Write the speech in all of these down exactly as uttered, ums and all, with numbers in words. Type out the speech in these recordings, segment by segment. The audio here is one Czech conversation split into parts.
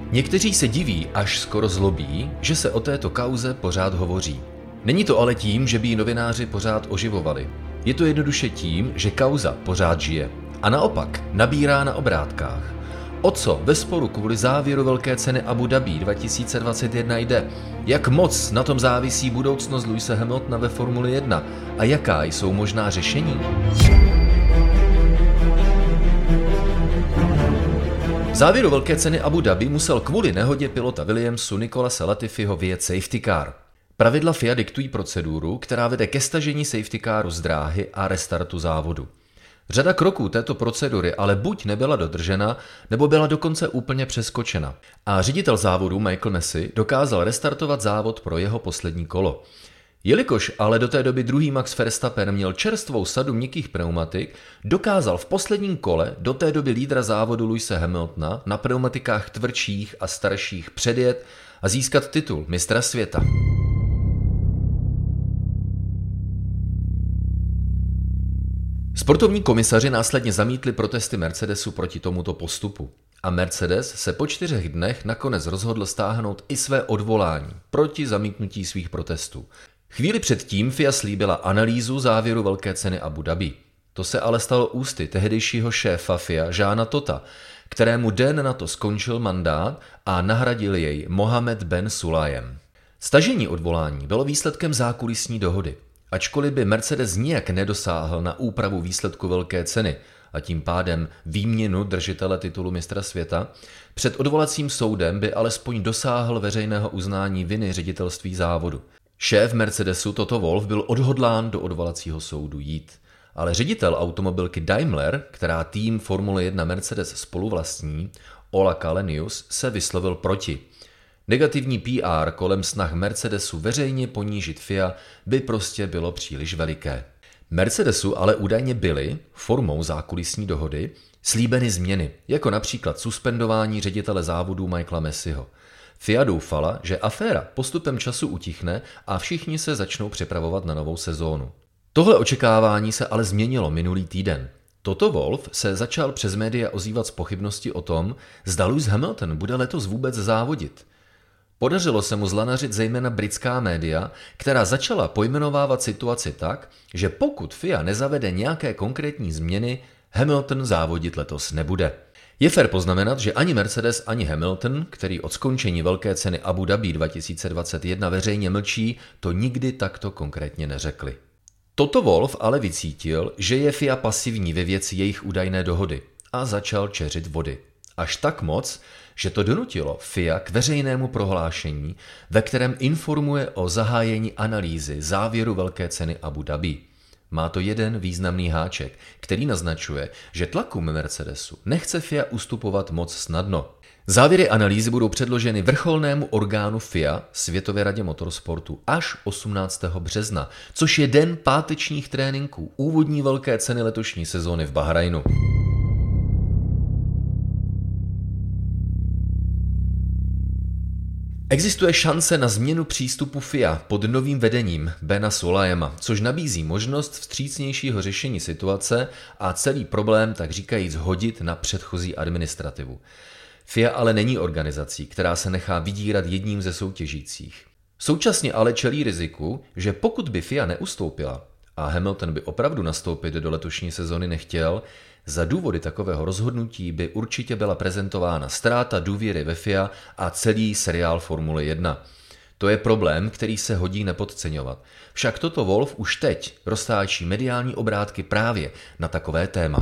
Někteří se diví, až skoro zlobí, že se o této kauze pořád hovoří. Není to ale tím, že by ji novináři pořád oživovali. Je to jednoduše tím, že kauza pořád žije. A naopak nabírá na obrátkách. O co ve sporu kvůli závěru velké ceny Abu Dhabi dva tisíce dvacet jedna jde? Jak moc na tom závisí budoucnost Lewise Hamiltona ve Formuli jedna? A jaká jsou možná řešení? V závěru velké ceny Abu Dhabi musel kvůli nehodě pilota Williamsu Nicolase Latifiho vyjet safety car. Pravidla F I A diktují proceduru, která vede ke stažení safety caru z dráhy a restartu závodu. Řada kroků této procedury ale buď nebyla dodržena, nebo byla dokonce úplně přeskočena. A ředitel závodu Michael Masi dokázal restartovat závod pro jeho poslední kolo. Jelikož ale do té doby druhý Max Verstappen měl čerstvou sadu měkkých pneumatik, dokázal v posledním kole do té doby lídra závodu Lewise Hamiltona na pneumatikách tvrdších a starších předjet a získat titul mistra světa. Sportovní komisaři následně zamítli protesty Mercedesu proti tomuto postupu. A Mercedes se po čtyřech dnech nakonec rozhodl stáhnout i své odvolání proti zamítnutí svých protestů. Chvíli předtím F I A slíbila analýzu závěru velké ceny Abu Dhabi. To se ale stalo ústy tehdejšího šéfa F I A Jeana Totta, kterému den na to skončil mandát a nahradil jej Mohammed Ben Sulayem. Stažení odvolání bylo výsledkem zákulisní dohody. Ačkoliv by Mercedes nijak nedosáhl na úpravu výsledku velké ceny a tím pádem výměnu držitele titulu mistra světa, před odvolacím soudem by alespoň dosáhl veřejného uznání viny ředitelství závodu. Šéf Mercedesu Toto Wolff byl odhodlán do odvolacího soudu jít, ale ředitel automobilky Daimler, která tým Formule jedna Mercedes spoluvlastní, Ola Källenius, se vyslovil proti. Negativní P R kolem snah Mercedesu veřejně ponížit F I A by prostě bylo příliš veliké. Mercedesu ale údajně byly, formou zákulisní dohody, slíbeny změny, jako například suspendování ředitele závodu Michaela Masiho. F I A doufala, že aféra postupem času utichne a všichni se začnou připravovat na novou sezónu. Tohle očekávání se ale změnilo minulý týden. Toto Wolff se začal přes média ozývat z pochybnosti o tom, zda Lewis Hamilton bude letos vůbec závodit. Podařilo se mu zlanařit zejména britská média, která začala pojmenovávat situaci tak, že pokud F I A nezavede nějaké konkrétní změny, Hamilton závodit letos nebude. Je fér poznamenat, že ani Mercedes, ani Hamilton, který od skončení velké ceny Abu Dhabi dva tisíce dvacet jedna veřejně mlčí, to nikdy takto konkrétně neřekli. Toto Wolff ale vycítil, že je F I A pasivní ve věci jejich údajné dohody a začal čeřit vody. Až tak moc, že to donutilo F I A k veřejnému prohlášení, ve kterém informuje o zahájení analýzy závěru velké ceny Abu Dhabi. Má to jeden významný háček, který naznačuje, že tlakům Mercedesu nechce F I A ustupovat moc snadno. Závěry analýzy budou předloženy vrcholnému orgánu F I A, Světové radě motorsportu, až osmnáctého března, což je den pátečních tréninků úvodní velké ceny letošní sezóny v Bahrajnu. Existuje šance na změnu přístupu F I A pod novým vedením Bena Sulayema, což nabízí možnost vstřícnějšího řešení situace a celý problém tak říkajíc hodit na předchozí administrativu. F I A ale není organizací, která se nechá vydírat jedním ze soutěžících. Současně ale čelí riziku, že pokud by F I A neustoupila a Hamilton by opravdu nastoupit do letošní sezony nechtěl, za důvody takového rozhodnutí by určitě byla prezentována ztráta důvěry ve F I A a celý seriál Formule jedna. To je problém, který se hodí nepodceňovat. Však Toto Wolff už teď roztáčí mediální obrátky právě na takové téma.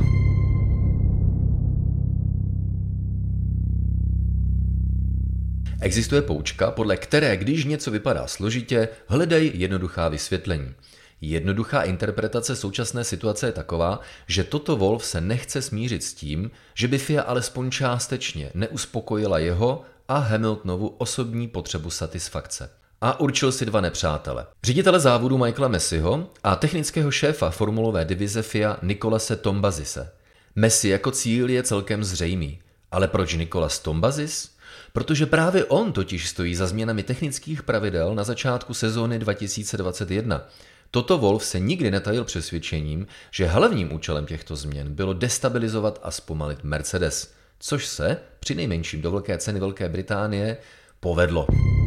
Existuje poučka, podle které, když něco vypadá složitě, hledej jednoduchá vysvětlení. Jednoduchá interpretace současné situace je taková, že Toto Wolff se nechce smířit s tím, že by F I A alespoň částečně neuspokojila jeho a Hamiltonovu osobní potřebu satisfakce. A určil si dva nepřátele. Ředitele závodu Michaela Masiho a technického šéfa formulové divize F I A Nicolase Tombazise. Masi jako cíl je celkem zřejmý. Ale proč Nicolas Tombazis? Protože právě on totiž stojí za změnami technických pravidel na začátku sezóny dva tisíce dvacet jedna. Toto Wolff se nikdy netajil přesvědčením, že hlavním účelem těchto změn bylo destabilizovat a zpomalit Mercedes. což se, při nejmenším do velké ceny Velké Británie, povedlo.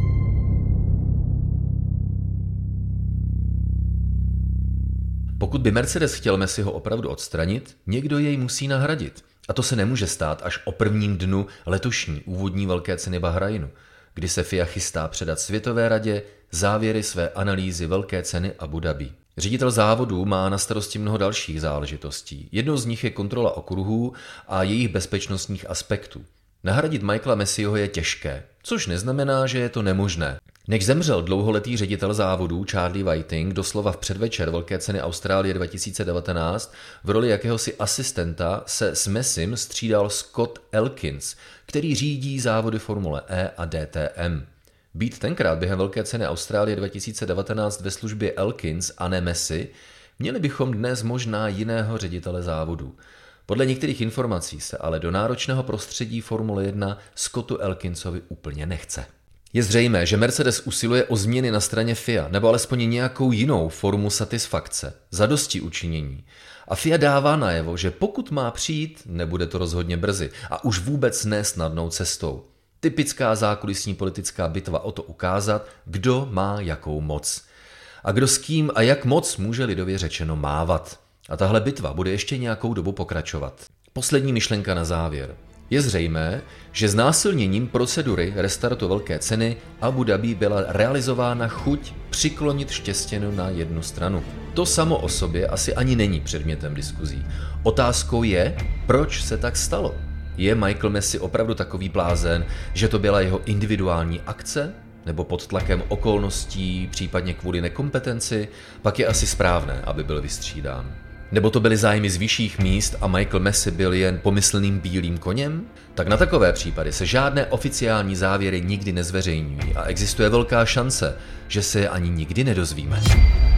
Pokud by Mercedes chtěl Messiho opravdu odstranit, někdo jej musí nahradit. A to se nemůže stát až o prvním dnu letošní úvodní velké ceny Bahrajnu, kdy se F I A chystá předat Světové radě závěry své analýzy velké ceny Abu Dhabi. Ředitel závodu má na starosti mnoho dalších záležitostí. Jednou z nich je kontrola okruhů a jejich bezpečnostních aspektů. Nahradit Michaela Messiho je těžké, což neznamená, že je to nemožné. Než zemřel dlouholetý ředitel závodů Charlie Whiting doslova v předvečer velké ceny Austrálie dva tisíce devatenáct, v roli jakéhosi asistenta se s Messim střídal Scott Elkins, který řídí závody Formule E a D T M. Být tenkrát během velké ceny Austrálie dva tisíce devatenáct ve službě Elkins a ne Messi, měli bychom dnes možná jiného ředitele závodů. Podle některých informací se ale do náročného prostředí Formule jedna Scottu Elkinsovi úplně nechce. Je zřejmé, že Mercedes usiluje o změny na straně F I A, nebo alespoň nějakou jinou formu satisfakce, zadosti učinění. A F I A dává najevo, že pokud má přijít, nebude to rozhodně brzy a už vůbec ne snadnou cestou. Typická zákulisní politická bitva o to ukázat, kdo má jakou moc. A kdo s kým a jak moc může lidově řečeno mávat. A tahle bitva bude ještě nějakou dobu pokračovat. Poslední myšlenka na závěr. Je zřejmé, že znásilněním procedury restartu velké ceny Abu Dhabi byla realizována chuť přiklonit štěstěnu na jednu stranu. To samo o sobě asi ani není předmětem diskuzí. Otázkou je, proč se tak stalo. Je Michael Messi opravdu takový blázen, že to byla jeho individuální akce? Nebo pod tlakem okolností, případně kvůli nekompetenci? Pak je asi správné, aby byl vystřídán. Nebo to byly zájmy z vyšších míst a Michael Messi byl jen pomyslným bílým koněm? Tak na takové případy se žádné oficiální závěry nikdy nezveřejňují a existuje velká šance, že se je ani nikdy nedozvíme.